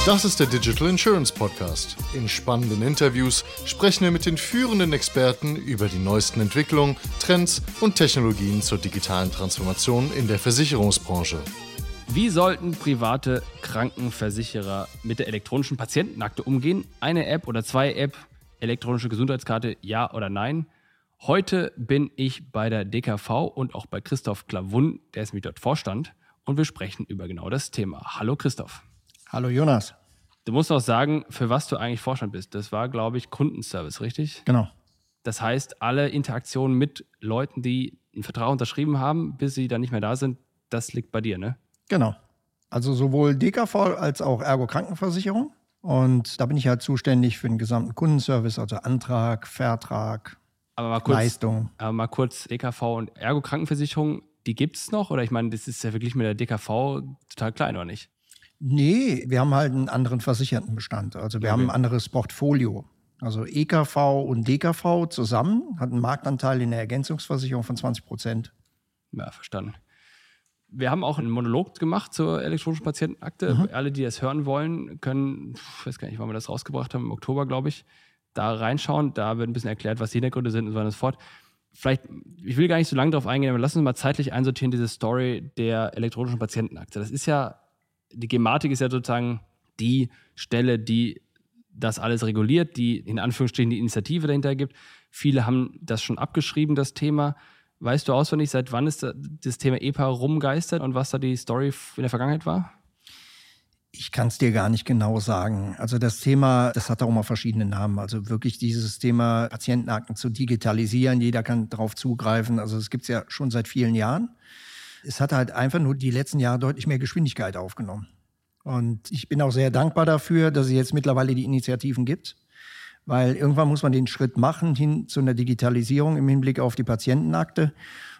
Das ist der Digital Insurance Podcast. In spannenden Interviews sprechen wir mit den führenden Experten über die neuesten Entwicklungen, Trends und Technologien zur digitalen Transformation in der Versicherungsbranche. Wie sollten private Krankenversicherer mit der elektronischen Patientenakte umgehen? Eine App oder zwei App, elektronische Gesundheitskarte, ja oder nein? Heute bin ich bei der DKV und auch bei Christoph Klavun, der ist mit dort Vorstand, und wir sprechen über genau das Thema. Hallo Christoph. Hallo Jonas. Du musst auch sagen, für was du eigentlich Vorstand bist. Das war, glaube ich, Kundenservice, richtig? Genau. Das heißt, alle Interaktionen mit Leuten, die einen Vertrag unterschrieben haben, bis sie dann nicht mehr da sind, das liegt bei dir, ne? Genau. Also sowohl DKV als auch Ergo Krankenversicherung. Und da bin ich halt zuständig für den gesamten Kundenservice, also Antrag, Vertrag, Leistung. Aber mal kurz, DKV und Ergo Krankenversicherung, die gibt es noch? Oder ich meine, das ist ja wirklich mit der DKV total klein, oder nicht? Nee, wir haben halt einen anderen Versichertenbestand. Also wir haben ein anderes Portfolio. Also EKV und DKV zusammen hat einen Marktanteil in der Ergänzungsversicherung von 20%. Ja, verstanden. Wir haben auch einen Monolog gemacht zur elektronischen Patientenakte. Alle, die das hören wollen, können, ich weiß gar nicht, wann wir das rausgebracht haben, im Oktober, glaube ich, da reinschauen. Da wird ein bisschen erklärt, was die Hintergründe sind und so weiter und so fort. Vielleicht, ich will gar nicht so lange darauf eingehen, aber lass uns mal zeitlich einsortieren, diese Story der elektronischen Patientenakte. Das ist ja, die Gematik ist ja sozusagen die Stelle, die das alles reguliert, die in Anführungsstrichen die Initiative dahinter gibt. Viele haben das schon abgeschrieben, das Thema. Weißt du auswendig, seit wann ist das Thema EPA rumgeistert und was da die Story in der Vergangenheit war? Ich kann es dir gar nicht genau sagen. Also das Thema, das hat auch mal verschiedene Namen. Also wirklich dieses Thema Patientenakten zu digitalisieren, jeder kann darauf zugreifen. Also es gibt es ja schon seit vielen Jahren. Es hat halt einfach nur die letzten Jahre deutlich mehr Geschwindigkeit aufgenommen. Und ich bin auch sehr dankbar dafür, dass es jetzt mittlerweile die Initiativen gibt. Weil irgendwann muss man den Schritt machen hin zu einer Digitalisierung im Hinblick auf die Patientenakte.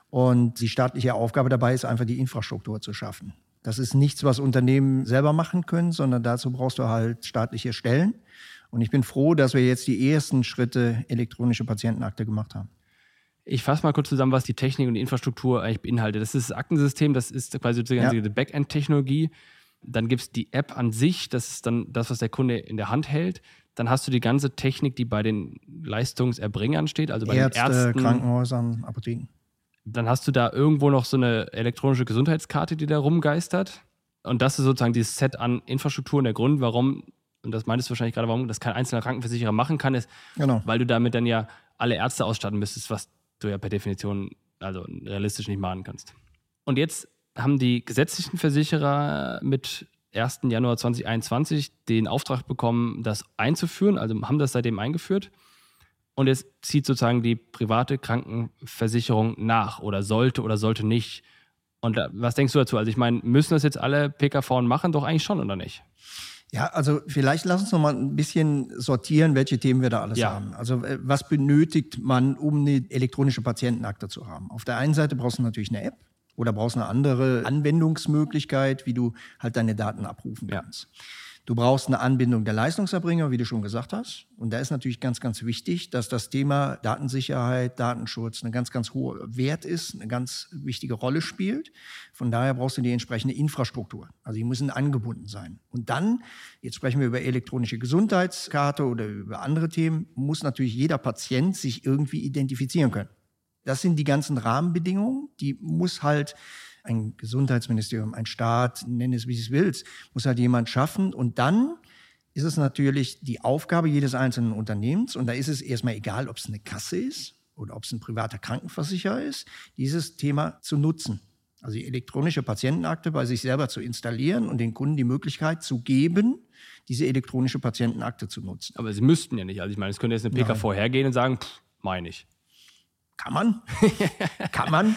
Und die staatliche Aufgabe dabei ist einfach, die Infrastruktur zu schaffen. Das ist nichts, was Unternehmen selber machen können, sondern dazu brauchst du halt staatliche Stellen. Und ich bin froh, dass wir jetzt die ersten Schritte elektronische Patientenakte gemacht haben. Ich fasse mal kurz zusammen, was die Technik und die Infrastruktur eigentlich beinhaltet. Das ist das Aktensystem, das ist quasi die ganze Backend-Technologie. Dann gibt es die App an sich, das ist dann das, was der Kunde in der Hand hält. Dann hast du die ganze Technik, die bei den Leistungserbringern steht, also bei Ärzte, den Ärzten, Krankenhäusern, Apotheken. Dann hast du da irgendwo noch so eine elektronische Gesundheitskarte, die da rumgeistert. Und das ist sozusagen dieses Set an Infrastruktur. Und der Grund, warum, und das meintest du wahrscheinlich gerade, warum das kein einzelner Krankenversicherer machen kann, ist, weil du damit dann ja alle Ärzte ausstatten müsstest, was du ja per Definition also realistisch nicht machen kannst. Und jetzt haben die gesetzlichen Versicherer mit 1. Januar 2021 den Auftrag bekommen, das einzuführen, also haben das seitdem eingeführt. Und jetzt zieht sozusagen die private Krankenversicherung nach oder sollte nicht. Und was denkst du dazu? Also ich meine, müssen das jetzt alle PKV machen? Doch eigentlich schon, oder nicht? Ja, also vielleicht lass uns noch mal ein bisschen sortieren, welche Themen wir da alles haben. Also was benötigt man, um eine elektronische Patientenakte zu haben? Auf der einen Seite brauchst du natürlich eine App oder brauchst eine andere Anwendungsmöglichkeit, wie du halt deine Daten abrufen kannst. Du brauchst eine Anbindung der Leistungserbringer, wie du schon gesagt hast. Und da ist natürlich ganz, ganz wichtig, dass das Thema Datensicherheit, Datenschutz ein ganz, ganz hoher Wert ist, eine ganz wichtige Rolle spielt. Von daher brauchst du die entsprechende Infrastruktur. Also die müssen angebunden sein. Und dann, jetzt sprechen wir über elektronische Gesundheitskarte oder über andere Themen, muss natürlich jeder Patient sich irgendwie identifizieren können. Das sind die ganzen Rahmenbedingungen, die muss halt ein Gesundheitsministerium, ein Staat, nenn es wie es willst, muss halt jemand schaffen. Und dann ist es natürlich die Aufgabe jedes einzelnen Unternehmens. Und da ist es erstmal egal, ob es eine Kasse ist oder ob es ein privater Krankenversicherer ist, dieses Thema zu nutzen. Also die elektronische Patientenakte bei sich selber zu installieren und den Kunden die Möglichkeit zu geben, diese elektronische Patientenakte zu nutzen. Aber sie müssten ja nicht. Also ich meine, es könnte jetzt eine PKV hergehen und sagen, meine ich. Kann man. Kann man.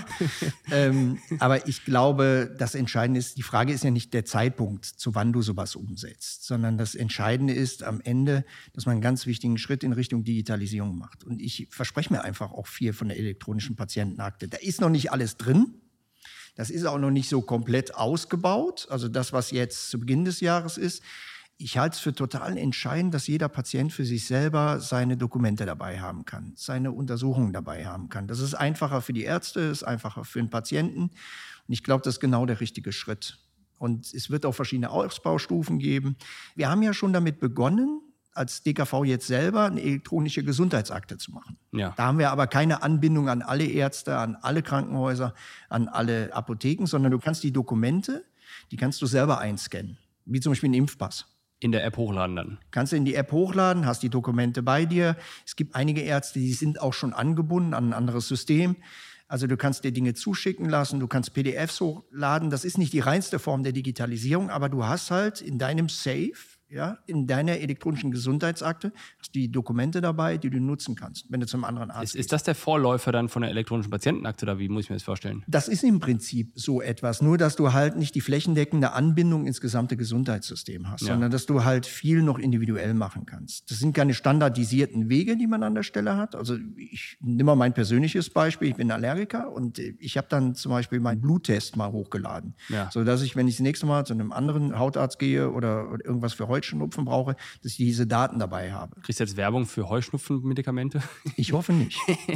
Aber ich glaube, das Entscheidende ist, die Frage ist ja nicht der Zeitpunkt, zu wann du sowas umsetzt, sondern das Entscheidende ist am Ende, dass man einen ganz wichtigen Schritt in Richtung Digitalisierung macht. Und ich verspreche mir einfach auch viel von der elektronischen Patientenakte. Da ist noch nicht alles drin. Das ist auch noch nicht so komplett ausgebaut. Also das, was jetzt zu Beginn des Jahres ist. Ich halte es für total entscheidend, dass jeder Patient für sich selber seine Dokumente dabei haben kann, seine Untersuchungen dabei haben kann. Das ist einfacher für die Ärzte, ist einfacher für den Patienten. Und ich glaube, das ist genau der richtige Schritt. Und es wird auch verschiedene Ausbaustufen geben. Wir haben ja schon damit begonnen, als DKV jetzt selber eine elektronische Gesundheitsakte zu machen. Ja. Da haben wir aber keine Anbindung an alle Ärzte, an alle Krankenhäuser, an alle Apotheken, sondern du kannst die Dokumente, die kannst du selber einscannen, wie zum Beispiel einen Impfpass. In der App hochladen dann? Kannst du in die App hochladen, hast die Dokumente bei dir. Es gibt einige Ärzte, die sind auch schon angebunden an ein anderes System. Also du kannst dir Dinge zuschicken lassen, du kannst PDFs hochladen. Das ist nicht die reinste Form der Digitalisierung, aber du hast halt in deinem Safe, ja, in deiner elektronischen Gesundheitsakte, hast die Dokumente dabei, die du nutzen kannst, wenn du zum anderen Arzt gehst. Ist das der Vorläufer dann von der elektronischen Patientenakte oder wie muss ich mir das vorstellen? Das ist im Prinzip so etwas, nur dass du halt nicht die flächendeckende Anbindung ins gesamte Gesundheitssystem hast, sondern dass du halt viel noch individuell machen kannst. Das sind keine standardisierten Wege, die man an der Stelle hat. Also ich nehme mal mein persönliches Beispiel, ich bin Allergiker und ich habe dann zum Beispiel meinen Bluttest mal hochgeladen, sodass ich, wenn ich das nächste Mal zu einem anderen Hautarzt gehe oder irgendwas für Heuschnupfen brauche, dass ich diese Daten dabei habe. Kriegst du jetzt Werbung für Heuschnupfenmedikamente? Ich hoffe nicht.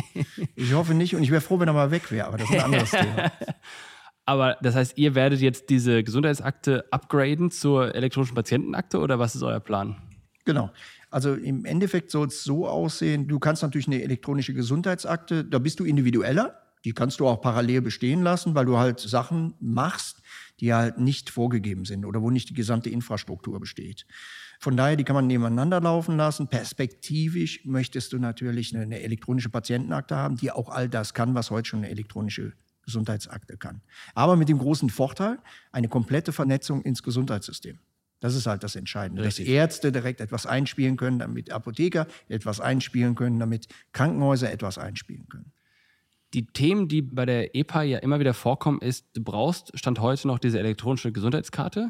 Ich hoffe nicht und ich wäre froh, wenn er mal weg wäre, aber das ist ein anderes Thema. Aber das heißt, ihr werdet jetzt diese Gesundheitsakte upgraden zur elektronischen Patientenakte oder was ist euer Plan? Genau. Also im Endeffekt soll es so aussehen, du kannst natürlich eine elektronische Gesundheitsakte, da bist du individueller, die kannst du auch parallel bestehen lassen, weil du halt Sachen machst, die halt nicht vorgegeben sind oder wo nicht die gesamte Infrastruktur besteht. Von daher, die kann man nebeneinander laufen lassen. Perspektivisch möchtest du natürlich eine elektronische Patientenakte haben, die auch all das kann, was heute schon eine elektronische Gesundheitsakte kann. Aber mit dem großen Vorteil, eine komplette Vernetzung ins Gesundheitssystem. Das ist halt das Entscheidende. Richtig. Dass Ärzte direkt etwas einspielen können, damit Apotheker etwas einspielen können, damit Krankenhäuser etwas einspielen können. Die Themen, die bei der EPA ja immer wieder vorkommen, ist, du brauchst Stand heute noch diese elektronische Gesundheitskarte,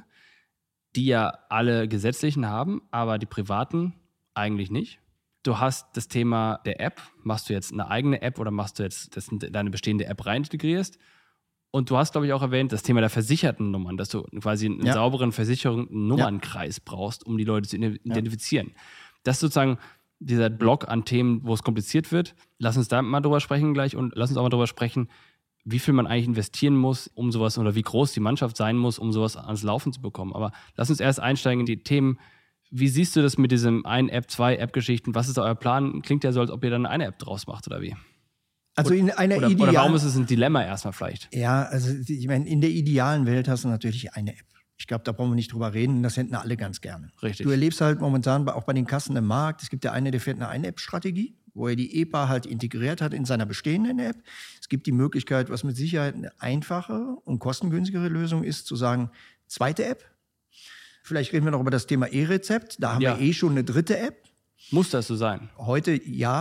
die ja alle gesetzlichen haben, aber die privaten eigentlich nicht. Du hast das Thema der App. Machst du jetzt eine eigene App oder machst du jetzt deine bestehende App rein integrierst? Und du hast, glaube ich, auch erwähnt, das Thema der versicherten Nummern, dass du quasi einen sauberen Versicherungsnummernkreis brauchst, um die Leute zu identifizieren. Das ist sozusagen dieser Block an Themen, wo es kompliziert wird. Lass uns da mal drüber sprechen gleich und lass uns auch mal drüber sprechen, wie viel man eigentlich investieren muss, um sowas oder wie groß die Mannschaft sein muss, um sowas ans Laufen zu bekommen. Aber lass uns erst einsteigen in die Themen. Wie siehst du das mit diesem Ein-App, Zwei-App-Geschichten? Was ist euer Plan? Klingt ja so, als ob ihr dann eine App draus macht, oder wie? Also in einer oder warum ist es ein Dilemma erstmal vielleicht? Ja, also ich meine, in der idealen Welt hast du natürlich eine App. Ich glaube, da brauchen wir nicht drüber reden. Das hätten alle ganz gerne. Richtig. Du erlebst halt momentan auch bei den Kassen im Markt, es gibt ja eine, der fährt eine Ein-App-Strategie, wo er die EPA halt integriert hat in seiner bestehenden App. Es gibt die Möglichkeit, was mit Sicherheit eine einfache und kostengünstigere Lösung ist, zu sagen, zweite App. Vielleicht reden wir noch über das Thema E-Rezept. Da haben wir schon eine dritte App. Muss das so sein? Heute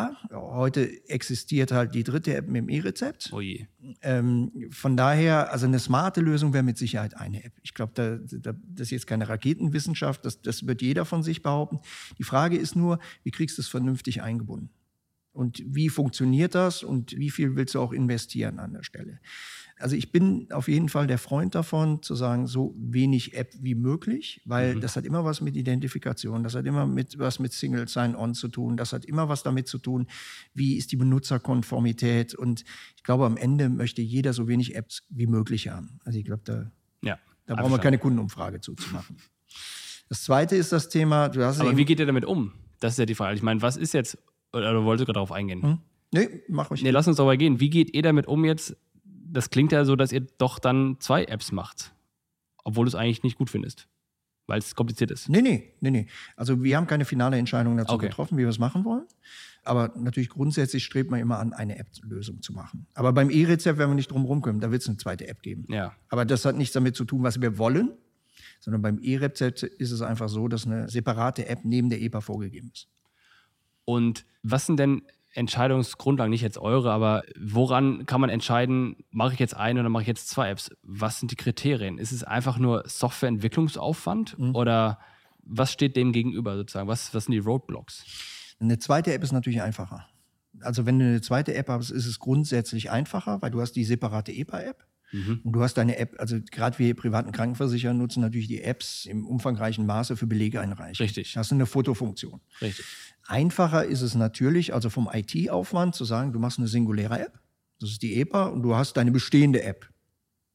existiert halt die dritte App mit dem E-Rezept. Oh je. Von daher, also eine smarte Lösung wäre mit Sicherheit eine App. Ich glaube, das ist jetzt keine Raketenwissenschaft, das wird jeder von sich behaupten. Die Frage ist nur, wie kriegst du es vernünftig eingebunden? Und wie funktioniert das und wie viel willst du auch investieren an der Stelle? Also ich bin auf jeden Fall der Freund davon, zu sagen, so wenig App wie möglich, weil das hat immer was mit Identifikation, das hat immer was mit Single Sign-On zu tun, das hat immer was damit zu tun, wie ist die Benutzerkonformität und ich glaube, am Ende möchte jeder so wenig Apps wie möglich haben. Also ich glaube, da brauchen wir keine Kundenumfrage zuzumachen. Das Zweite ist das Thema, aber wie geht ihr damit um? Das ist ja die Frage. Ich meine, was ist jetzt, oder du wolltest gerade darauf eingehen? Nee, mach ruhig. Nee, lass uns darüber gehen. Wie geht ihr damit um jetzt? Das klingt ja so, dass ihr doch dann 2 Apps macht, obwohl du es eigentlich nicht gut findest, weil es kompliziert ist. Nee. Also wir haben keine finale Entscheidung dazu getroffen, wie wir es machen wollen. Aber natürlich grundsätzlich strebt man immer an, eine App-Lösung zu machen. Aber beim E-Rezept werden wir nicht drum rumkommen, da wird es eine zweite App geben. Ja. Aber das hat nichts damit zu tun, was wir wollen, sondern beim E-Rezept ist es einfach so, dass eine separate App neben der EPA vorgegeben ist. Und was sind denn Entscheidungsgrundlagen, nicht jetzt eure, aber woran kann man entscheiden, mache ich jetzt eine oder mache ich jetzt 2 Apps? Was sind die Kriterien? Ist es einfach nur Softwareentwicklungsaufwand oder was steht dem gegenüber sozusagen? Was sind die Roadblocks? Eine zweite App ist natürlich einfacher. Also wenn du eine zweite App hast, ist es grundsätzlich einfacher, weil du hast die separate EPA-App. Und du hast deine App, also gerade wir privaten Krankenversicherer nutzen natürlich die Apps im umfangreichen Maße für Belege einreichen. Richtig. Da hast du eine Fotofunktion. Richtig. Einfacher ist es natürlich, also vom IT-Aufwand zu sagen, du machst eine singuläre App, das ist die EPA, und du hast deine bestehende App.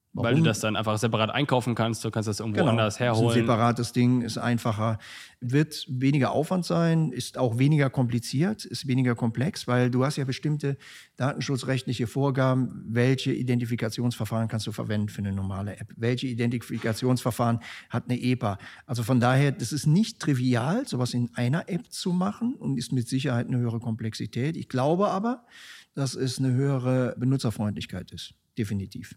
Warum? Weil du das dann einfach separat einkaufen kannst, du kannst das irgendwo anders herholen. Das ist ein separates Ding, ist einfacher, wird weniger Aufwand sein, ist auch weniger kompliziert, ist weniger komplex, weil du hast ja bestimmte datenschutzrechtliche Vorgaben, welche Identifikationsverfahren kannst du verwenden für eine normale App, welche Identifikationsverfahren hat eine EPA. Also von daher, das ist nicht trivial, sowas in einer App zu machen und ist mit Sicherheit eine höhere Komplexität. Ich glaube aber, dass es eine höhere Benutzerfreundlichkeit ist, definitiv.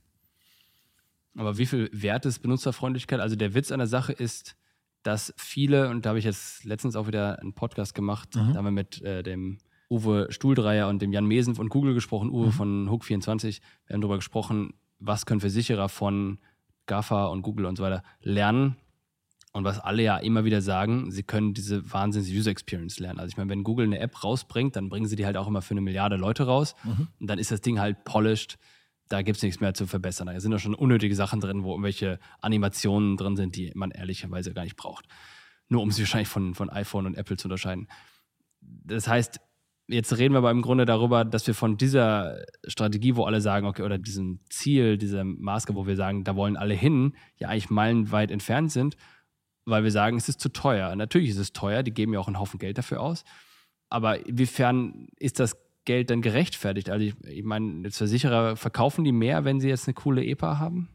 Aber wie viel wert ist Benutzerfreundlichkeit? Also der Witz an der Sache ist, dass viele, und da habe ich jetzt letztens auch wieder einen Podcast gemacht, da haben wir mit dem Uwe Stuhldreier und dem Jan Mesen von Google gesprochen, Uwe von Hook24, wir haben darüber gesprochen, was können Versicherer von GAFA und Google und so weiter lernen. Und was alle ja immer wieder sagen, sie können diese Wahnsinns-User-Experience lernen. Also ich meine, wenn Google eine App rausbringt, dann bringen sie die halt auch immer für 1 Milliarde Leute raus. Und dann ist das Ding halt polished. Da gibt es nichts mehr zu verbessern. Da sind doch schon unnötige Sachen drin, wo irgendwelche Animationen drin sind, die man ehrlicherweise gar nicht braucht. Nur um sie wahrscheinlich von iPhone und Apple zu unterscheiden. Das heißt, jetzt reden wir aber im Grunde darüber, dass wir von dieser Strategie, wo alle sagen, okay, oder diesem Ziel, dieser Maßgabe, wo wir sagen, da wollen alle hin, ja eigentlich meilenweit entfernt sind, weil wir sagen, es ist zu teuer. Natürlich ist es teuer, die geben ja auch einen Haufen Geld dafür aus. Aber inwiefern ist das Geld dann gerechtfertigt? Also ich meine, jetzt Versicherer, verkaufen die mehr, wenn sie jetzt eine coole EPA haben?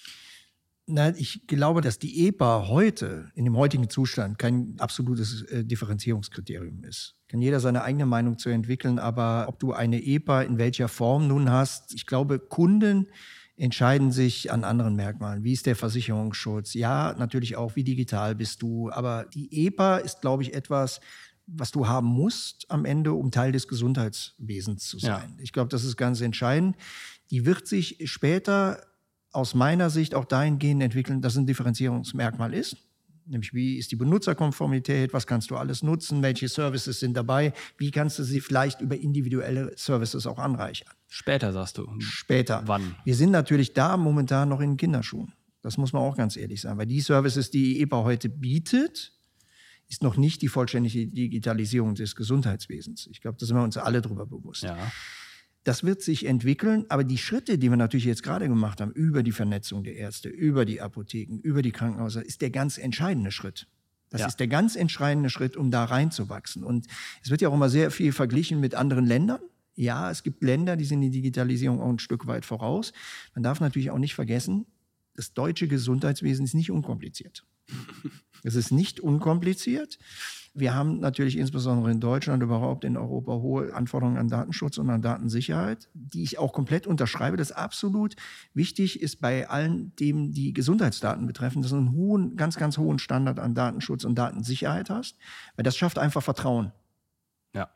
Nein, ich glaube, dass die EPA heute, in dem heutigen Zustand, kein absolutes Differenzierungskriterium ist. Kann jeder seine eigene Meinung zu entwickeln, aber ob du eine EPA in welcher Form nun hast, ich glaube, Kunden entscheiden sich an anderen Merkmalen. Wie ist der Versicherungsschutz? Ja, natürlich auch, wie digital bist du. Aber die EPA ist, glaube ich, etwas, was du haben musst am Ende, um Teil des Gesundheitswesens zu sein. Ja. Ich glaube, das ist ganz entscheidend. Die wird sich später aus meiner Sicht auch dahingehend entwickeln, dass ein Differenzierungsmerkmal ist. Nämlich, wie ist die Benutzerkonformität, was kannst du alles nutzen, welche Services sind dabei, wie kannst du sie vielleicht über individuelle Services auch anreichern. Später, sagst du. Später. Wann? Wir sind natürlich da momentan noch in Kinderschuhen. Das muss man auch ganz ehrlich sagen, weil die Services, die EPA heute bietet, ist noch nicht die vollständige Digitalisierung des Gesundheitswesens. Ich glaube, da sind wir uns alle drüber bewusst. Ja. Das wird sich entwickeln, aber die Schritte, die wir natürlich jetzt gerade gemacht haben, über die Vernetzung der Ärzte, über die Apotheken, über die Krankenhäuser, ist der ganz entscheidende Schritt. Das ist der ganz entscheidende Schritt, um da reinzuwachsen. Und es wird ja auch immer sehr viel verglichen mit anderen Ländern. Ja, es gibt Länder, die sind die Digitalisierung auch ein Stück weit voraus. Man darf natürlich auch nicht vergessen, das deutsche Gesundheitswesen ist nicht unkompliziert. Es ist nicht unkompliziert. Wir haben natürlich insbesondere in Deutschland, überhaupt in Europa, hohe Anforderungen an Datenschutz und an Datensicherheit, die ich auch komplett unterschreibe. Das absolut wichtig ist bei allen Themen, die Gesundheitsdaten betreffen, dass du einen hohen, ganz, ganz hohen Standard an Datenschutz und Datensicherheit hast, weil das schafft einfach Vertrauen. Ja.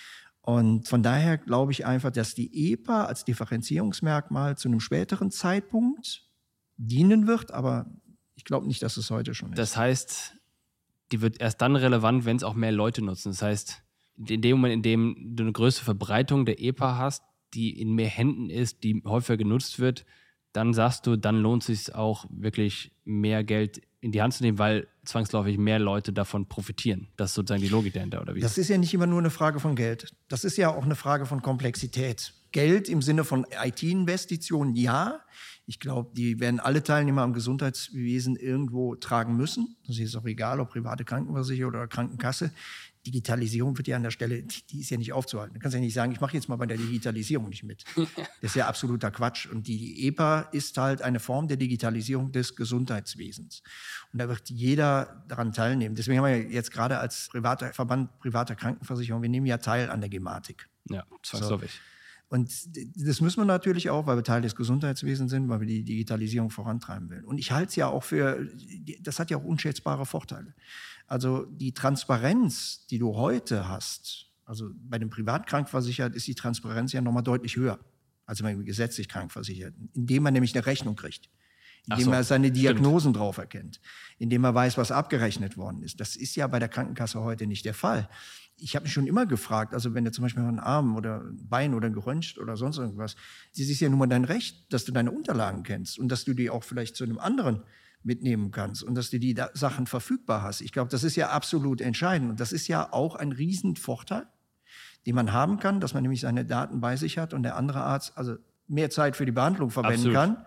Und von daher glaube ich einfach, dass die EPA als Differenzierungsmerkmal zu einem späteren Zeitpunkt dienen wird, aber ich glaube nicht, dass es heute schon ist. Das heißt, die wird erst dann relevant, wenn es auch mehr Leute nutzen. Das heißt, in dem Moment, in dem du eine größere Verbreitung der EPA hast, die in mehr Händen ist, die häufiger genutzt wird, dann sagst du, dann lohnt es sich auch wirklich mehr Geld in die Hand zu nehmen, weil zwangsläufig mehr Leute davon profitieren. Das ist sozusagen die Logik dahinter, oder wie? Das ist ja nicht immer nur eine Frage von Geld. Das ist ja auch eine Frage von Komplexität. Geld im Sinne von IT-Investitionen, ja. Ich glaube, die werden alle Teilnehmer am Gesundheitswesen irgendwo tragen müssen. Das ist auch egal, ob private Krankenversicherung oder Krankenkasse. Digitalisierung wird ja an der Stelle, die ist ja nicht aufzuhalten. Du kannst ja nicht sagen, ich mache jetzt mal bei der Digitalisierung nicht mit. Das ist ja absoluter Quatsch. Und die EPA ist halt eine Form der Digitalisierung des Gesundheitswesens. Und da wird jeder daran teilnehmen. Deswegen haben wir jetzt gerade als privater Verband privater Krankenversicherung, wir nehmen ja teil an der Gematik. Ja, zwangsläufig. So. Und das müssen wir natürlich auch, weil wir Teil des Gesundheitswesens sind, weil wir die Digitalisierung vorantreiben wollen. Und ich halte es ja auch für, das hat ja auch unschätzbare Vorteile. Also die Transparenz, die du heute hast, also bei dem Privatkrankenversicherten ist die Transparenz ja nochmal deutlich höher, als beim gesetzlich Krankversicherten, indem man nämlich eine Rechnung kriegt, indem er seine Diagnosen drauf erkennt, indem er weiß, was abgerechnet worden ist. Das ist ja bei der Krankenkasse heute nicht der Fall. Ich habe mich schon immer gefragt, also wenn du zum Beispiel einen Arm oder ein Bein oder geröntgt oder sonst irgendwas, das ist ja nun mal dein Recht, dass du deine Unterlagen kennst und dass du die auch vielleicht zu einem anderen mitnehmen kannst und dass du die Sachen verfügbar hast. Ich glaube, das ist ja absolut entscheidend und das ist ja auch ein Riesenvorteil, den man haben kann, dass man nämlich seine Daten bei sich hat und der andere Arzt also mehr Zeit für die Behandlung verwenden kann,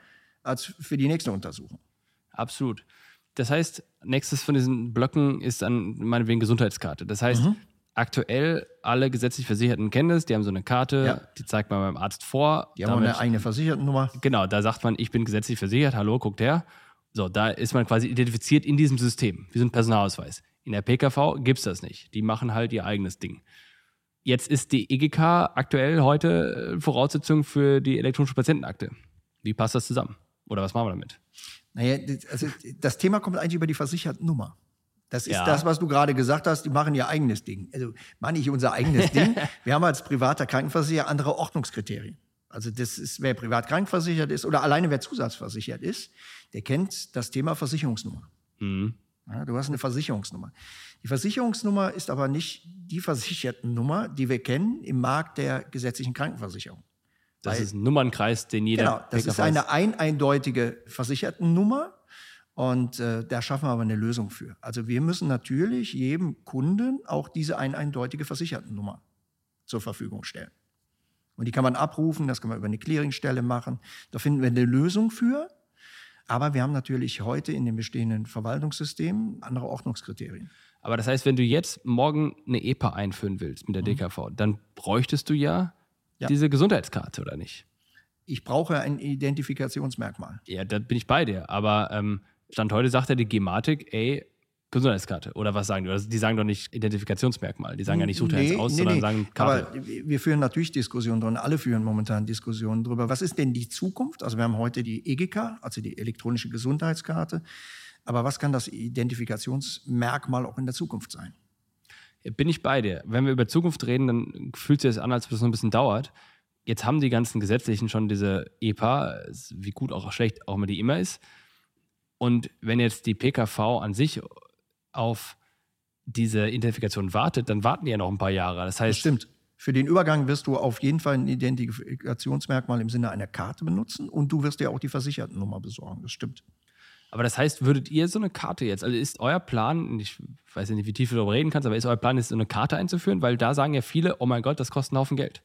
als für die nächste Untersuchung. Absolut. Das heißt, nächstes von diesen Blöcken ist dann meinetwegen Gesundheitskarte. Das heißt, aktuell alle gesetzlich Versicherten kennen das, die haben so eine Karte, die zeigt man beim Arzt vor. Die haben eine eigene Versichertennummer. Genau, da sagt man, ich bin gesetzlich versichert, hallo, guckt her. So, da ist man quasi identifiziert in diesem System, wie so ein Personalausweis. In der PKV gibt es das nicht. Die machen halt ihr eigenes Ding. Jetzt ist die EGK aktuell heute Voraussetzung für die elektronische Patientenakte. Wie passt das zusammen? Oder was machen wir damit? Naja, also das Thema kommt eigentlich über die Versichertennummer. Das ist das, was du gerade gesagt hast, die machen ihr eigenes Ding. Also meine ich unser eigenes Ding. Wir haben als privater Krankenversicherer andere Ordnungskriterien. Also das ist, wer privat krankenversichert ist oder alleine wer zusatzversichert ist, der kennt das Thema Versicherungsnummer. Ja, du hast eine Versicherungsnummer. Die Versicherungsnummer ist aber nicht die Versichertennummer, die wir kennen im Markt der gesetzlichen Krankenversicherung. Das ist ein Nummernkreis, den jeder Genau, das ist eine eindeutige Versichertennummer und da schaffen wir aber eine Lösung für. Also wir müssen natürlich jedem Kunden auch diese eindeutige Versichertennummer zur Verfügung stellen. Und die kann man abrufen, das kann man über eine Clearingstelle machen. Da finden wir eine Lösung für. Aber wir haben natürlich heute in den bestehenden Verwaltungssystemen andere Ordnungskriterien. Aber das heißt, wenn du jetzt morgen eine EPA einführen willst mit der DKV, dann bräuchtest du ja diese Gesundheitskarte, oder nicht? Ich brauche ein Identifikationsmerkmal. Ja, da bin ich bei dir. Aber Stand heute sagt ja die Gematik, Gesundheitskarte. Oder was sagen die? Die sagen doch nicht Identifikationsmerkmal. Die sagen ja nicht, such dir eins aus, sondern sagen Karte. Aber wir führen natürlich Diskussionen drin. Alle führen momentan Diskussionen darüber. Was ist denn die Zukunft? Also wir haben heute die EGK, also die elektronische Gesundheitskarte. Aber was kann das Identifikationsmerkmal auch in der Zukunft sein? Bin ich bei dir. Wenn wir über Zukunft reden, dann fühlt sich das an, als ob das noch ein bisschen dauert. Jetzt haben die ganzen Gesetzlichen schon diese EPA, wie gut auch schlecht auch immer die immer ist. Und wenn jetzt die PKV an sich auf diese Identifikation wartet, dann warten die ja noch ein paar Jahre. Das heißt, das stimmt. Für den Übergang wirst du auf jeden Fall ein Identifikationsmerkmal im Sinne einer Karte benutzen und du wirst dir auch die Versichertennummer besorgen. Das stimmt. Aber das heißt, würdet ihr so eine Karte jetzt, also ist euer Plan, ich weiß nicht, wie tief du darüber reden kannst, aber ist euer Plan, jetzt so eine Karte einzuführen? Weil da sagen ja viele, oh mein Gott, das kostet einen Haufen Geld.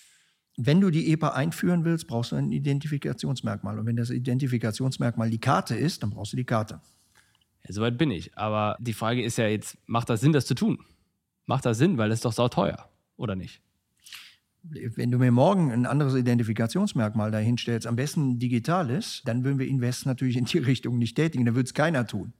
Wenn du die EPA einführen willst, brauchst du ein Identifikationsmerkmal. Und wenn das Identifikationsmerkmal die Karte ist, dann brauchst du die Karte. Ja, soweit bin ich. Aber die Frage ist ja jetzt, macht das Sinn, das zu tun? Macht das Sinn, weil das ist doch sauteuer, oder nicht? Wenn du mir morgen ein anderes Identifikationsmerkmal dahinstellst, am besten digitales, dann würden wir Invest natürlich in die Richtung nicht tätigen. Da würde es keiner tun.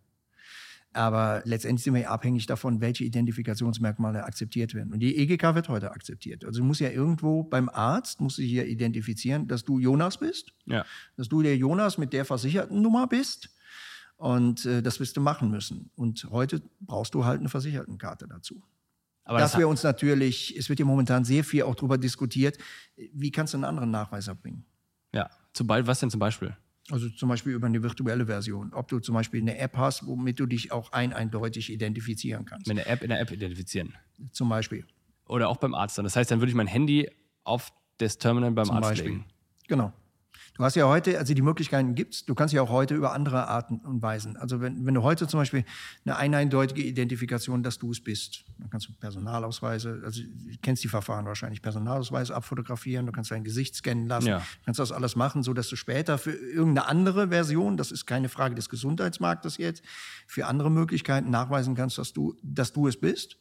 Aber letztendlich sind wir abhängig davon, welche Identifikationsmerkmale akzeptiert werden. Und die EGK wird heute akzeptiert. Also du musst ja irgendwo beim Arzt, musst du hier identifizieren, dass du Jonas bist, dass du der Jonas mit der Versichertennummer bist. Und das wirst du machen müssen. Und heute brauchst du halt eine Versichertenkarte dazu. Aber dass wir uns natürlich, es wird ja momentan sehr viel auch darüber diskutiert, wie kannst du einen anderen Nachweis erbringen? Ja, was denn zum Beispiel? Also zum Beispiel über eine virtuelle Version. Ob du zum Beispiel eine App hast, womit du dich auch eindeutig identifizieren kannst. Mit einer App in der App identifizieren? Zum Beispiel. Oder auch beim Arzt dann. Das heißt, dann würde ich mein Handy auf das Terminal beim Arzt legen. Genau. Du hast ja heute, also die Möglichkeiten gibt's. Du kannst ja auch heute über andere Arten und Weisen. Also wenn du heute zum Beispiel eine eindeutige Identifikation, dass du es bist, dann kannst du Personalausweise, also du kennst die Verfahren wahrscheinlich, Personalausweise abfotografieren, du kannst dein Gesicht scannen lassen, du kannst das alles machen, so dass du später für irgendeine andere Version, das ist keine Frage des Gesundheitsmarktes jetzt, für andere Möglichkeiten nachweisen kannst, dass du es bist.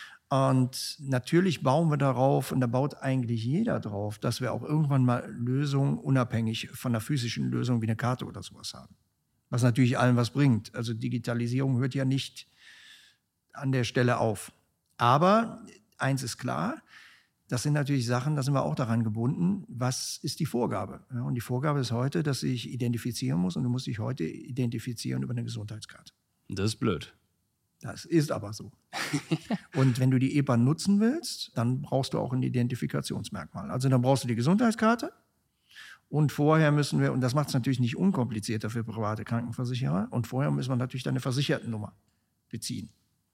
Und natürlich bauen wir darauf, und da baut eigentlich jeder drauf, dass wir auch irgendwann mal Lösungen unabhängig von der physischen Lösung wie eine Karte oder sowas haben. Was natürlich allen was bringt. Also Digitalisierung hört ja nicht an der Stelle auf. Aber eins ist klar, das sind natürlich Sachen, da sind wir auch daran gebunden. Was ist die Vorgabe? Ja, und die Vorgabe ist heute, dass ich identifizieren muss und du musst dich heute identifizieren über eine Gesundheitskarte. Das ist blöd. Das ist aber so. Und wenn du die EPA nutzen willst, dann brauchst du auch ein Identifikationsmerkmal. Also dann brauchst du die Gesundheitskarte und vorher müssen wir, und das macht es natürlich nicht unkomplizierter für private Krankenversicherer, und vorher müssen wir natürlich deine Versichertennummer beziehen.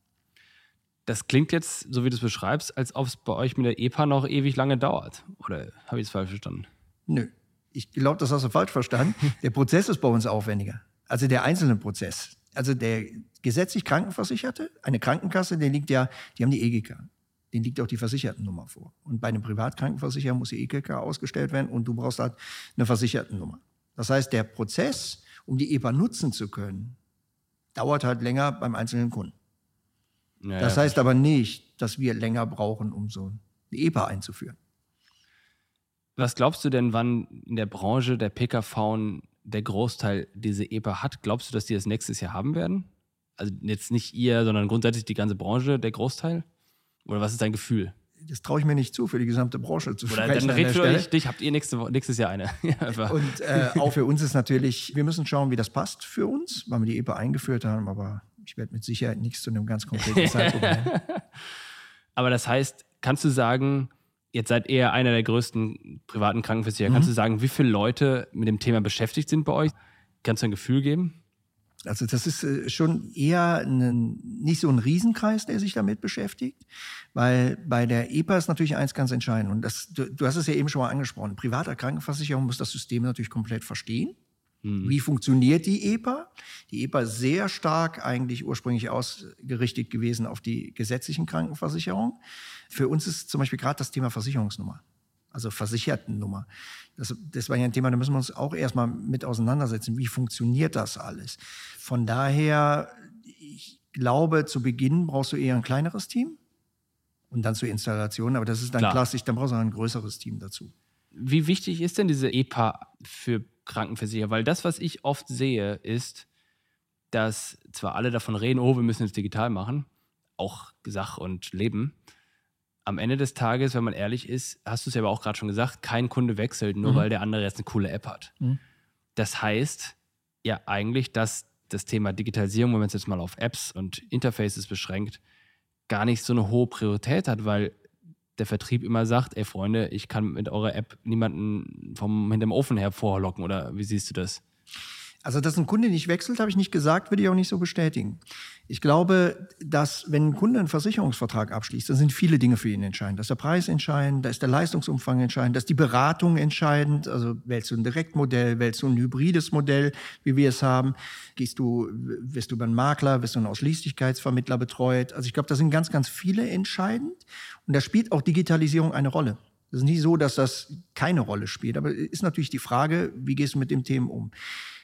Das klingt jetzt, so wie du es beschreibst, als ob es bei euch mit der EPA noch ewig lange dauert. Oder habe ich es falsch verstanden? Nö, ich glaube, das hast du falsch verstanden. Der Prozess ist bei uns aufwendiger. Also der einzelne Prozess. Also der gesetzlich Krankenversicherte, eine Krankenkasse, die haben die EGK. Denen liegt auch die Versichertennummer vor. Und bei einem Privatkrankenversicherer muss die EGK ausgestellt werden und du brauchst halt eine Versichertennummer. Das heißt, der Prozess, um die EPA nutzen zu können, dauert halt länger beim einzelnen Kunden. Ja, das heißt aber nicht, dass wir länger brauchen, um so eine EPA einzuführen. Was glaubst du denn, wann in der Branche der PKV der Großteil diese EPA hat? Glaubst du, dass die das nächstes Jahr haben werden? Also jetzt nicht ihr, sondern grundsätzlich die ganze Branche, der Großteil? Oder was ist dein Gefühl? Das traue ich mir nicht zu, für die gesamte Branche zu sprechen. Dann red für euch, dich habt ihr nächstes Jahr eine. Und auch für uns ist natürlich, wir müssen schauen, wie das passt für uns, weil wir die EPA eingeführt haben, aber ich werde mit Sicherheit nichts zu einem ganz konkreten Zeitpunkt nennen. Aber das heißt, kannst du sagen, jetzt seid ihr einer der größten privaten Krankenversicherer, kannst du sagen, wie viele Leute mit dem Thema beschäftigt sind bei euch? Kannst du ein Gefühl geben? Also das ist schon eher nicht so ein Riesenkreis, der sich damit beschäftigt, weil bei der EPA ist natürlich eins ganz entscheidend. Und du hast es ja eben schon mal angesprochen. Privater Krankenversicherung muss das System natürlich komplett verstehen. Wie funktioniert die EPA? Die EPA ist sehr stark eigentlich ursprünglich ausgerichtet gewesen auf die gesetzlichen Krankenversicherungen. Für uns ist zum Beispiel gerade das Thema Versicherungsnummer, also Versichertennummer. Das war ja ein Thema, da müssen wir uns auch erstmal mit auseinandersetzen. Wie funktioniert das alles? Von daher, ich glaube, zu Beginn brauchst du eher ein kleineres Team und dann zur Installation. Aber das ist dann klassisch, dann brauchst du ein größeres Team dazu. Wie wichtig ist denn diese EPA für Krankenversicherer? Weil das, was ich oft sehe, ist, dass zwar alle davon reden, oh, wir müssen es digital machen, auch Sach und Leben. Am Ende des Tages, wenn man ehrlich ist, hast du es ja aber auch gerade schon gesagt, kein Kunde wechselt, nur weil der andere jetzt eine coole App hat. Das heißt ja eigentlich, dass das Thema Digitalisierung, wenn man es jetzt mal auf Apps und Interfaces beschränkt, gar nicht so eine hohe Priorität hat, weil der Vertrieb immer sagt, ey Freunde, ich kann mit eurer App niemanden hinterm Ofen hervorlocken, oder wie siehst du das? Also, dass ein Kunde nicht wechselt, habe ich nicht gesagt, würde ich auch nicht so bestätigen. Ich glaube, dass, wenn ein Kunde einen Versicherungsvertrag abschließt, dann sind viele Dinge für ihn entscheidend. Da ist der Preis entscheidend, da ist der Leistungsumfang entscheidend, da ist die Beratung entscheidend. Also, wählst du ein Direktmodell, wählst du ein hybrides Modell, wie wir es haben? Wirst du über einen Makler, wirst du einen Ausschließlichkeitsvermittler betreut? Also, ich glaube, da sind ganz, ganz viele entscheidend. Und da spielt auch Digitalisierung eine Rolle. Es ist nicht so, dass das keine Rolle spielt, aber ist natürlich die Frage, wie gehst du mit dem Thema um?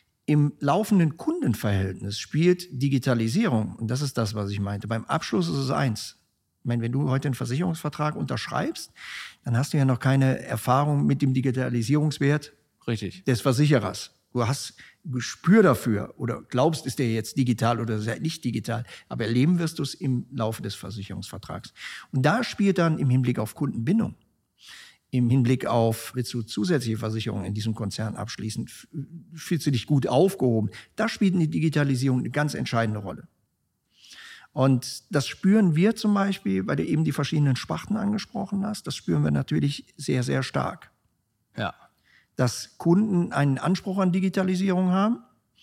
Im laufenden Kundenverhältnis spielt Digitalisierung, und das ist das, was ich meinte, beim Abschluss ist es eins. Ich meine, wenn du heute einen Versicherungsvertrag unterschreibst, dann hast du ja noch keine Erfahrung mit dem Digitalisierungswert des Versicherers. Du hast ein Gespür dafür oder glaubst, ist der jetzt digital oder ist er nicht digital, aber erleben wirst du es im Laufe des Versicherungsvertrags. Und da spielt dann im Hinblick auf Kundenbindung, im Hinblick auf, willst du zusätzliche Versicherungen in diesem Konzern abschließen, fühlst du dich gut aufgehoben, da spielt die Digitalisierung eine ganz entscheidende Rolle. Und das spüren wir zum Beispiel, weil du eben die verschiedenen Sparten angesprochen hast, das spüren wir natürlich sehr, sehr stark. Ja. Dass Kunden einen Anspruch an Digitalisierung haben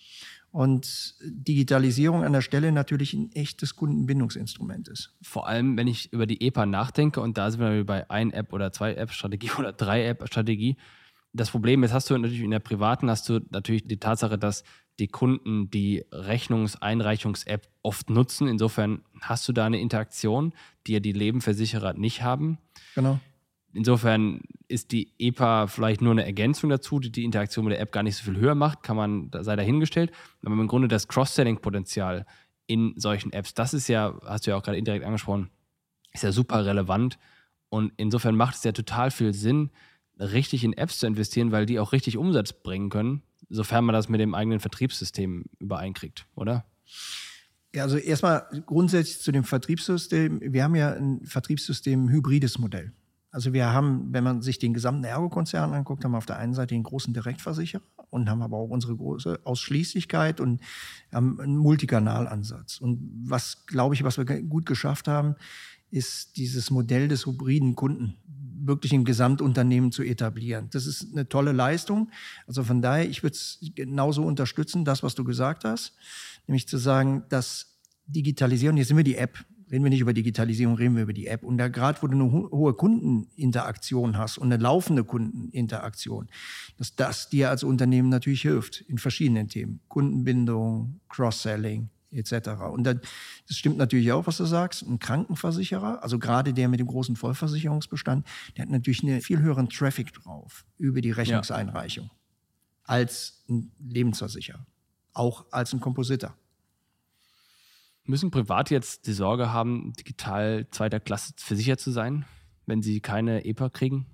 und Digitalisierung an der Stelle natürlich ein echtes Kundenbindungsinstrument ist. Vor allem, wenn ich über die EPA nachdenke, und da sind wir bei 1-App- oder 2-App-Strategie oder 3-App-Strategie. Das Problem ist, hast du natürlich in der privaten, hast du natürlich die Tatsache, dass die Kunden die Rechnungseinreichungs-App oft nutzen. Insofern hast du da eine Interaktion, die ja die Lebenversicherer nicht haben. Genau. Insofern ist die EPA vielleicht nur eine Ergänzung dazu, die die Interaktion mit der App gar nicht so viel höher macht, sei dahingestellt. Aber im Grunde das Cross-Selling-Potenzial in solchen Apps, das ist ja, hast du ja auch gerade indirekt angesprochen, ist ja super relevant. Und insofern macht es ja total viel Sinn, richtig in Apps zu investieren, weil die auch richtig Umsatz bringen können, sofern man das mit dem eigenen Vertriebssystem übereinkriegt, oder? Ja, also erstmal grundsätzlich zu dem Vertriebssystem. Wir haben ja ein Vertriebssystem, ein hybrides Modell. Also wir haben, wenn man sich den gesamten Ergo-Konzern anguckt, haben wir auf der einen Seite den großen Direktversicherer und haben aber auch unsere große Ausschließlichkeit und haben einen Multikanalansatz. Und was, glaube ich, was wir gut geschafft haben, ist dieses Modell des hybriden Kunden wirklich im Gesamtunternehmen zu etablieren. Das ist eine tolle Leistung. Also von daher, ich würde es genauso unterstützen, das, was du gesagt hast, nämlich zu sagen, dass Digitalisierung, jetzt sind wir die App, reden wir nicht über Digitalisierung, reden wir über die App. Und da gerade, wo du eine hohe Kundeninteraktion hast und eine laufende Kundeninteraktion, dass das dir als Unternehmen natürlich hilft in verschiedenen Themen. Kundenbindung, Cross-Selling etc. Und das stimmt natürlich auch, was du sagst. Ein Krankenversicherer, also gerade der mit dem großen Vollversicherungsbestand, der hat natürlich einen viel höheren Traffic drauf über die Rechnungseinreichung. als ein Lebensversicherer, auch als ein Kompositor. Müssen Private jetzt die Sorge haben, digital zweiter Klasse versichert zu sein, wenn sie keine EPA kriegen?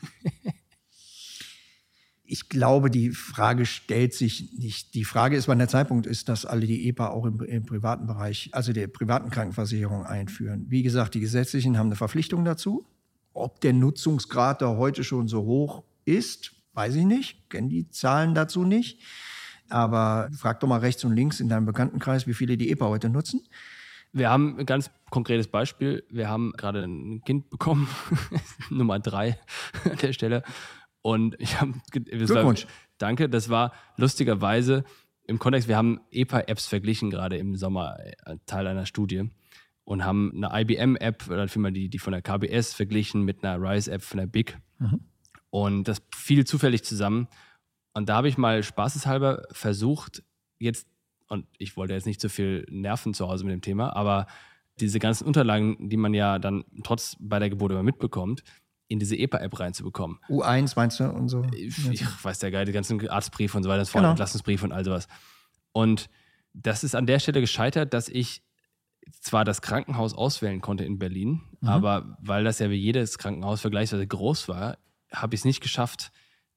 Ich glaube, die Frage stellt sich nicht. Die Frage ist, wann der Zeitpunkt ist, dass alle die EPA auch im privaten Bereich, also der privaten Krankenversicherung einführen. Wie gesagt, die gesetzlichen haben eine Verpflichtung dazu. Ob der Nutzungsgrad da heute schon so hoch ist, weiß ich nicht. Kenne die Zahlen dazu nicht. Aber frag doch mal rechts und links in deinem Bekanntenkreis, wie viele die EPA heute nutzen. Wir haben ein ganz konkretes Beispiel. Wir haben gerade ein Kind bekommen, Nummer 3 an der Stelle. Und ich habe Glückwunsch. Danke, das war lustigerweise im Kontext, wir haben EPA-Apps verglichen, gerade im Sommer, Teil einer Studie, und haben eine IBM-App, oder vielmehr die von der KBS, verglichen mit einer RISE-App von der BIC. Mhm. Und das fiel zufällig zusammen. Und da habe ich mal spaßeshalber versucht, jetzt, und ich wollte jetzt nicht so viel nerven zu Hause mit dem Thema, aber diese ganzen Unterlagen, die man ja dann trotz bei der Geburt immer mitbekommt, in diese EPA-App reinzubekommen. U1 meinst du und so? Ich weiß ja geil, die ganzen Arztbriefe und so weiter, genau. Entlassungsbriefe und all sowas. Und das ist an der Stelle gescheitert, dass ich zwar das Krankenhaus auswählen konnte in Berlin, aber weil das ja wie jedes Krankenhaus vergleichsweise groß war, habe ich es nicht geschafft,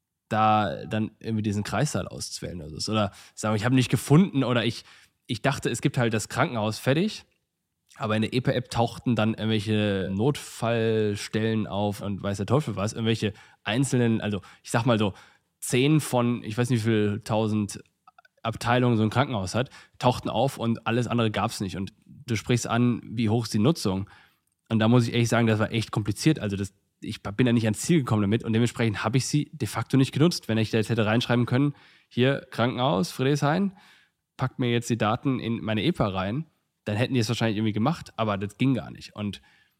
da dann irgendwie diesen Kreissaal auszuwählen oder so. Oder sagen wir, ich habe nicht gefunden oder ich dachte, es gibt halt das Krankenhaus fertig, aber in der EPA-App tauchten dann irgendwelche Notfallstellen auf und weiß der Teufel was, irgendwelche einzelnen, also ich sag mal so 10 von, ich weiß nicht wie viel 1000 Abteilungen so ein Krankenhaus hat, tauchten auf und alles andere gab es nicht. Und du sprichst an, wie hoch ist die Nutzung. Und da muss ich ehrlich sagen, das war echt kompliziert. Also ich bin ja nicht ans Ziel gekommen damit und dementsprechend habe ich sie de facto nicht genutzt. Wenn ich da jetzt hätte reinschreiben können, hier Krankenhaus, Friedrichshain, packt mir jetzt die Daten in meine EPA rein, dann hätten die es wahrscheinlich irgendwie gemacht, aber das ging gar nicht. Und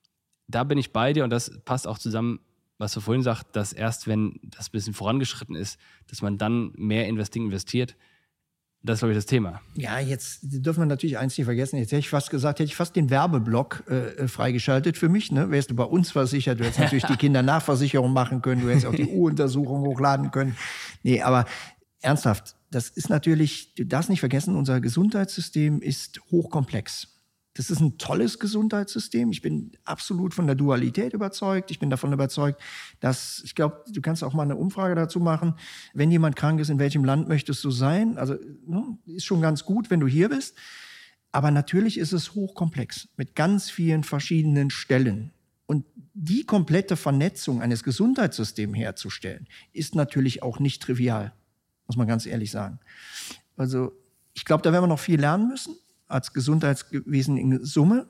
da bin ich bei dir und das passt auch zusammen, was du vorhin sagst, dass erst wenn das ein bisschen vorangeschritten ist, dass man dann mehr in das Ding investiert. Das ist, glaube ich, das Thema. Ja, jetzt dürfen wir natürlich eins nicht vergessen. Jetzt hätte ich fast den Werbeblock freigeschaltet für mich. Ne? Wärst du bei uns versichert, du hättest natürlich die Kindernachversicherung machen können, du hättest auch die U-Untersuchung hochladen können. Nee, aber ernsthaft, das ist natürlich, du darfst nicht vergessen, unser Gesundheitssystem ist hochkomplex. Das ist ein tolles Gesundheitssystem. Ich bin absolut von der Dualität überzeugt. Ich bin davon überzeugt, dass, ich glaube, du kannst auch mal eine Umfrage dazu machen, wenn jemand krank ist, in welchem Land möchtest du sein? Also ist schon ganz gut, wenn du hier bist. Aber natürlich ist es hochkomplex mit ganz vielen verschiedenen Stellen. Und die komplette Vernetzung eines Gesundheitssystems herzustellen, ist natürlich auch nicht trivial, muss man ganz ehrlich sagen. Also ich glaube, da werden wir noch viel lernen müssen als Gesundheitswesen in Summe.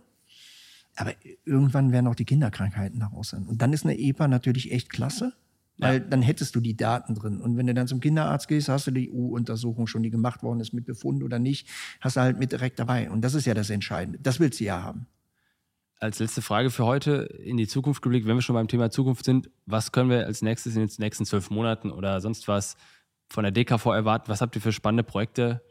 Aber irgendwann werden auch die Kinderkrankheiten daraus sein. Und dann ist eine EPA natürlich echt klasse, weil dann hättest du die Daten drin. Und wenn du dann zum Kinderarzt gehst, hast du die U-Untersuchung schon, die gemacht worden ist, mit Befund oder nicht, hast du halt mit direkt dabei. Und das ist ja das Entscheidende. Das willst du ja haben. Als letzte Frage für heute in die Zukunft geblickt, wenn wir schon beim Thema Zukunft sind, was können wir als nächstes in den nächsten 12 Monaten oder sonst was von der DKV erwarten? Was habt ihr für spannende Projekte?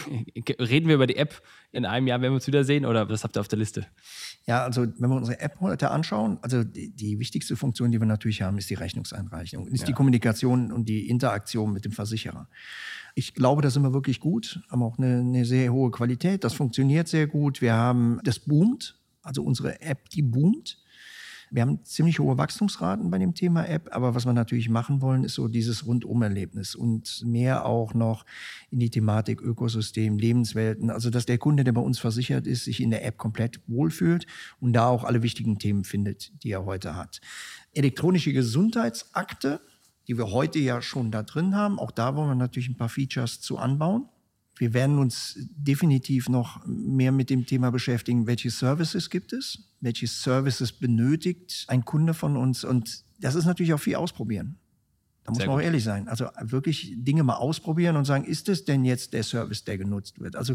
Reden wir über die App in einem Jahr, werden wir uns wiedersehen oder was habt ihr auf der Liste? Ja, also wenn wir unsere App heute anschauen, also die wichtigste Funktion, die wir natürlich haben, ist die Rechnungseinreichung, ist die Kommunikation und die Interaktion mit dem Versicherer. Ich glaube, da sind wir wirklich gut, haben auch eine sehr hohe Qualität, das funktioniert sehr gut. Das boomt, also unsere App, die boomt. Wir haben ziemlich hohe Wachstumsraten bei dem Thema App, aber was wir natürlich machen wollen, ist so dieses Rundum-Erlebnis und mehr auch noch in die Thematik Ökosystem, Lebenswelten, also dass der Kunde, der bei uns versichert ist, sich in der App komplett wohlfühlt und da auch alle wichtigen Themen findet, die er heute hat. Elektronische Gesundheitsakte, die wir heute ja schon da drin haben, auch da wollen wir natürlich ein paar Features zu anbauen. Wir werden uns definitiv noch mehr mit dem Thema beschäftigen, welche Services gibt es, welche Services benötigt ein Kunde von uns. Und das ist natürlich auch viel ausprobieren. Da muss man auch ehrlich sein. Also wirklich Dinge mal ausprobieren und sagen, ist es denn jetzt der Service, der genutzt wird? Also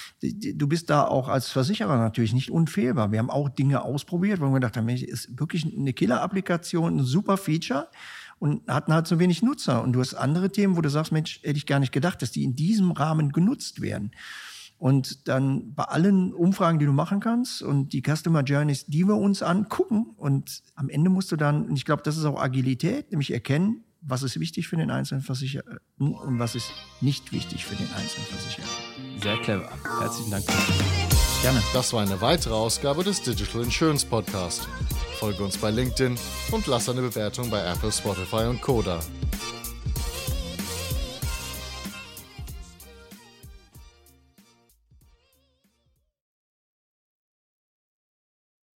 du bist da auch als Versicherer natürlich nicht unfehlbar. Wir haben auch Dinge ausprobiert, wo wir gedacht haben, ist wirklich eine Killer-Applikation, ein super Feature. Und hatten halt so wenig Nutzer. Und du hast andere Themen, wo du sagst, Mensch, hätte ich gar nicht gedacht, dass die in diesem Rahmen genutzt werden. Und dann bei allen Umfragen, die du machen kannst und die Customer Journeys, die wir uns angucken und am Ende musst du dann, und ich glaube, das ist auch Agilität, nämlich erkennen, was ist wichtig für den einzelnen Versicherten und was ist nicht wichtig für den einzelnen Versicherten. Sehr clever. Herzlichen Dank. Gerne. Das war eine weitere Ausgabe des Digital Insurance Podcast. Folge uns bei LinkedIn und lass eine Bewertung bei Apple, Spotify und Co. da.